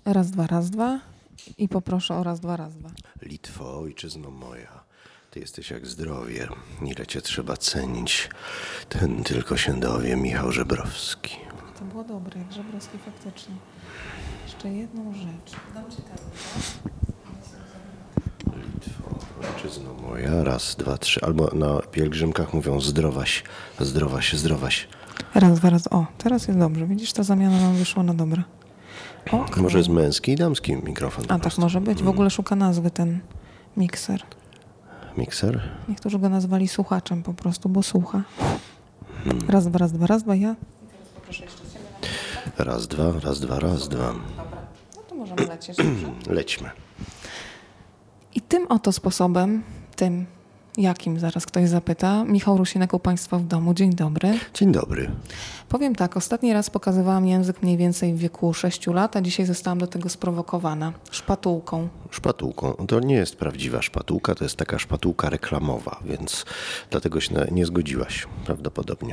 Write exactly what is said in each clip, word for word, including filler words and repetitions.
Raz, dwa, raz, dwa i poproszę o raz, dwa, raz, dwa. Litwo, ojczyzno moja, ty jesteś jak zdrowie, ile cię trzeba cenić, ten tylko się dowie, Michał Żebrowski. To było dobre, jak Żebrowski faktycznie. Jeszcze jedną rzecz. Dam ci ten, Litwo, ojczyzno moja, raz, dwa, trzy, albo na pielgrzymkach mówią zdrowaś, zdrowaś, zdrowaś. Raz, dwa, raz. O, teraz jest dobrze. Widzisz, ta zamiana nam wyszła na dobre. Okay. Może jest męski i damski mikrofon. A tak może być. W ogóle szuka nazwy ten mikser. Mikser? Niektórzy go nazwali słuchaczem po prostu, bo słucha. Raz, dwa, raz, dwa, raz, dwa, ja. Raz, dwa, raz, dwa, raz, dwa. No to możemy lecieć. Dobrze? Lećmy. I tym oto sposobem, tym jakim zaraz ktoś zapyta, Michał Rusinek u Państwa w domu. Dzień dobry. Dzień dobry. Powiem tak, ostatni raz pokazywałam język mniej więcej w wieku sześciu lat, a dzisiaj zostałam do tego sprowokowana szpatułką. Szpatułką. To nie jest prawdziwa szpatułka, to jest taka szpatułka reklamowa, więc dlatego się nie zgodziłaś prawdopodobnie.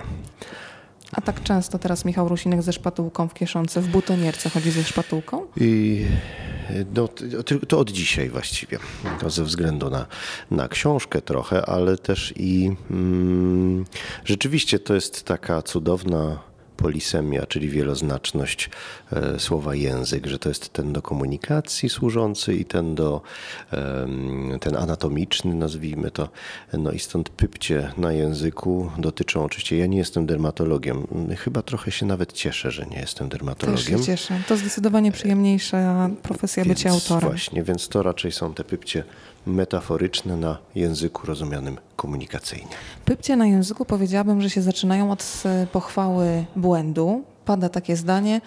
A tak często teraz Michał Rusinek ze szpatułką w kieszonce, w butonierce chodzi ze szpatułką? I no, to od dzisiaj właściwie, to ze względu na, na książkę trochę, ale też i mm, rzeczywiście to jest taka cudowna polisemia, czyli wieloznaczność e, słowa język, że to jest ten do komunikacji służący i ten do e, ten anatomiczny, nazwijmy to. No i stąd pypcie na języku dotyczą oczywiście, ja nie jestem dermatologiem, chyba trochę się nawet cieszę, że nie jestem dermatologiem. Też się cieszę. To zdecydowanie przyjemniejsza profesja więc bycia autorem. Właśnie, więc to raczej są te pypcie metaforyczne na języku rozumianym komunikacyjnie. Pypcie na języku powiedziałabym, że się zaczynają od pochwały błędu. Pada takie zdanie,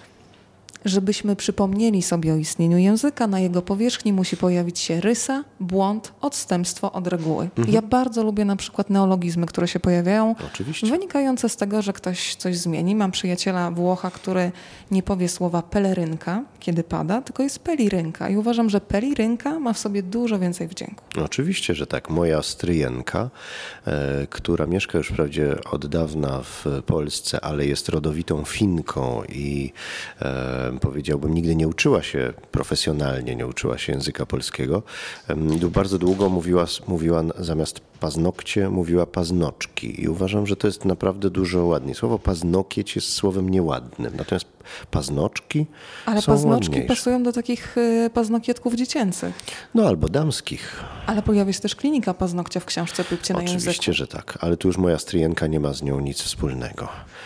żebyśmy przypomnieli sobie o istnieniu języka, na jego powierzchni musi pojawić się rysa, błąd, odstępstwo od reguły. Mhm. Ja bardzo lubię na przykład neologizmy, które się pojawiają, Oczywiście. Wynikające z tego, że ktoś coś zmieni. Mam przyjaciela Włocha, który nie powie słowa pelerynka, kiedy pada, tylko jest pelirynka. I uważam, że pelirynka ma w sobie dużo więcej wdzięku. Oczywiście, że tak. Moja stryjenka, e, która mieszka już wprawdzie od dawna w Polsce, ale jest rodowitą Finką i e, powiedziałbym, nigdy nie uczyła się profesjonalnie, nie uczyła się języka polskiego. E, bardzo długo mówiła, mówiła zamiast paznokcie, mówiła paznoczki i uważam, że to jest naprawdę dużo ładniej. Słowo paznokieć jest słowem nieładnym, natomiast paznoczki Ale są paznoczki ładniejsze. pasują do takich y, paznokietków dziecięcych. No albo damskich. Ale pojawia się też klinika paznokcia w książce Pypcie na języku. Oczywiście, że tak, ale tu już moja stryjenka nie ma z nią nic wspólnego.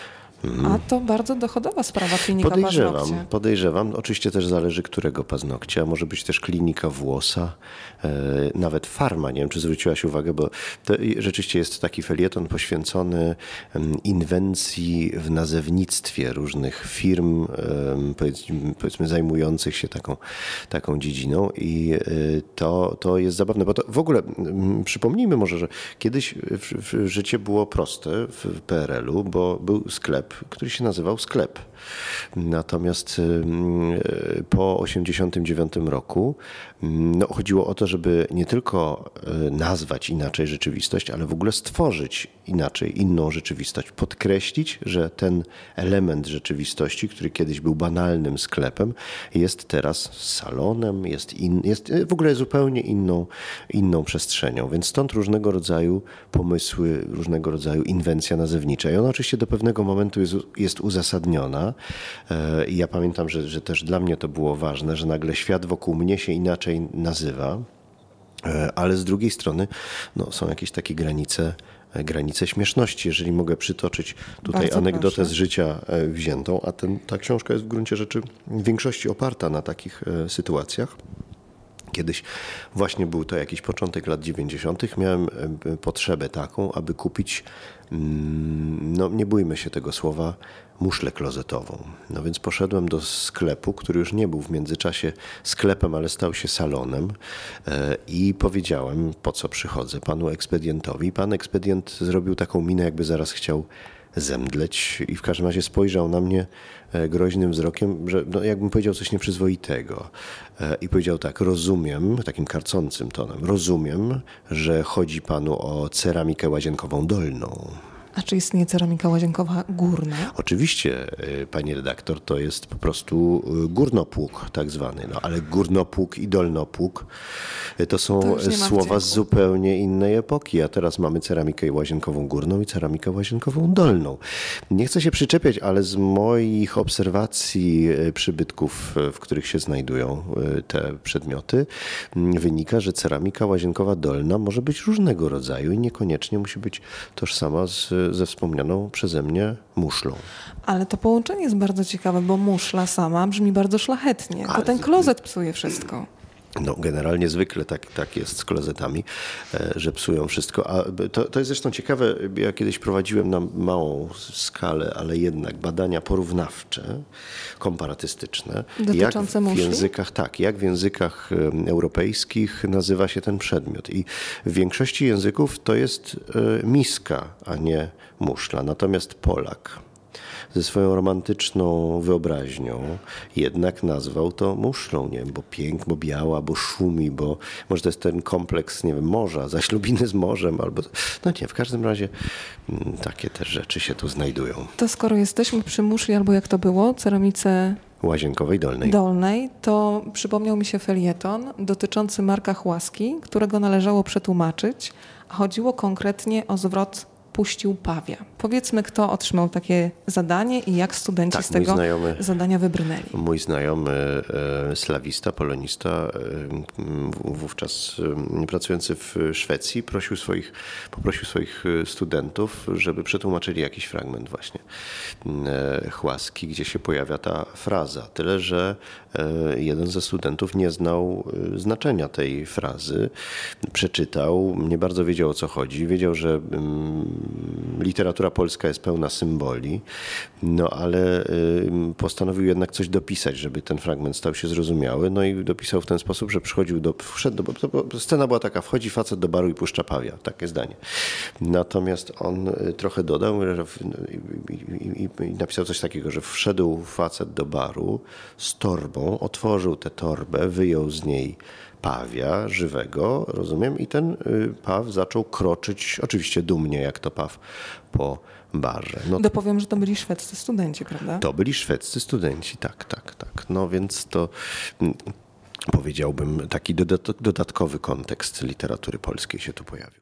A to bardzo dochodowa sprawa, klinika Podejrzewam, paznokcia. podejrzewam. Oczywiście też zależy, którego paznokcia. Może być też klinika włosa, e, nawet farma. Nie wiem, czy zwróciłaś uwagę, bo to rzeczywiście jest taki felieton poświęcony um, inwencji w nazewnictwie różnych firm, um, powiedzmy, powiedzmy zajmujących się taką, taką dziedziną i y, to, to jest zabawne, bo to w ogóle um, przypomnijmy może, że kiedyś w, w, życie było proste w P R L u, bo był sklep, który się nazywał Sklep. Natomiast po osiemdziesiątym dziewiątym roku no, chodziło o to, żeby nie tylko nazwać inaczej rzeczywistość, ale w ogóle stworzyć inaczej, inną rzeczywistość. Podkreślić, że ten element rzeczywistości, który kiedyś był banalnym sklepem, jest teraz salonem, jest, in, jest w ogóle zupełnie inną, inną przestrzenią. Więc stąd różnego rodzaju pomysły, różnego rodzaju inwencja nazewnicza. I ona oczywiście do pewnego momentu jest, jest uzasadniona. I ja pamiętam, że, że też dla mnie to było ważne, że nagle świat wokół mnie się inaczej nazywa, ale z drugiej strony no, są jakieś takie granice, granice śmieszności. Jeżeli mogę przytoczyć tutaj Bardzo anegdotę proszę. z życia wziętą, a ten, ta książka jest w gruncie rzeczy w większości oparta na takich sytuacjach. Kiedyś właśnie był to jakiś początek lat dziewięćdziesiątych. Miałem potrzebę taką, aby kupić, no nie bójmy się tego słowa, muszlę klozetową. No więc poszedłem do sklepu, który już nie był w międzyczasie sklepem, ale stał się salonem i powiedziałem, po co przychodzę panu ekspedientowi. Pan ekspedient zrobił taką minę, jakby zaraz chciał zemdleć i w każdym razie spojrzał na mnie groźnym wzrokiem, że no, jakbym powiedział coś nieprzyzwoitego. I powiedział tak, rozumiem, takim karcącym tonem, rozumiem, że chodzi panu o ceramikę łazienkową dolną. A czy istnieje ceramika łazienkowa górna? Oczywiście, pani redaktor, to jest po prostu górnopług tak zwany, no ale górnopług i dolnopług to są To już nie ma słowa wdzięku. z zupełnie innej epoki, a teraz mamy ceramikę łazienkową górną i ceramikę łazienkową dolną. Nie chcę się przyczepiać, ale z moich obserwacji przybytków, w których się znajdują te przedmioty, wynika, że ceramika łazienkowa dolna może być różnego rodzaju i niekoniecznie musi być tożsama z, ze wspomnianą przeze mnie muszlą. Ale to połączenie jest bardzo ciekawe, bo muszla sama brzmi bardzo szlachetnie. To Ale- ten klozet psuje wszystko. No, generalnie zwykle tak, tak jest z klozetami, e, że psują wszystko. A to, to jest zresztą ciekawe, ja kiedyś prowadziłem na małą skalę, ale jednak badania porównawcze, komparatystyczne. Dotyczące jak w muszli? językach, tak, jak w językach em, europejskich nazywa się ten przedmiot. I w większości języków to jest e, miska, a nie muszla. Natomiast Polak ze swoją romantyczną wyobraźnią jednak nazwał to muszlą, nie wiem, bo pięk, bo biała, bo szumi, bo może to jest ten kompleks, nie wiem, morza, zaślubiny z morzem, albo, no nie, w każdym razie mm, takie też rzeczy się tu znajdują. To skoro jesteśmy przy muszli, albo jak to było, ceramice Łazienkowej dolnej. dolnej, to przypomniał mi się felieton dotyczący Marka Chłaski, którego należało przetłumaczyć. Chodziło konkretnie o zwrot puścił pawia. Powiedzmy, kto otrzymał takie zadanie i jak studenci Tak, z mój tego znajomy- zadania wybrnęli. Mój znajomy e, slawista, polonista, e, w- wówczas e, pracujący w Szwecji, prosił swoich, poprosił swoich e, studentów, żeby przetłumaczyli jakiś fragment właśnie e, Chłaski, gdzie się pojawia ta fraza. Tyle, że e, jeden ze studentów nie znał e, znaczenia tej frazy. Przeczytał, nie bardzo wiedział, o co chodzi. Wiedział, że mm, literatura polska jest pełna symboli, no ale y, postanowił jednak coś dopisać, żeby ten fragment stał się zrozumiały. No i dopisał w ten sposób, że przychodził do, wszedł do, to, bo scena była taka, wchodzi facet do baru i puszcza pawia, takie zdanie. Natomiast on y, trochę dodał że w, i, i, i, i napisał coś takiego, że wszedł facet do baru z torbą, otworzył tę torbę, wyjął z niej pawia żywego, rozumiem, i ten y, paw zaczął kroczyć, oczywiście dumnie, jak to paw, po barze. No, Dopowiem, że to byli szwedzcy studenci, prawda? to byli szwedzcy studenci, tak, tak, tak. No więc to mm, powiedziałbym, taki dodat- dodatkowy kontekst literatury polskiej się tu pojawił.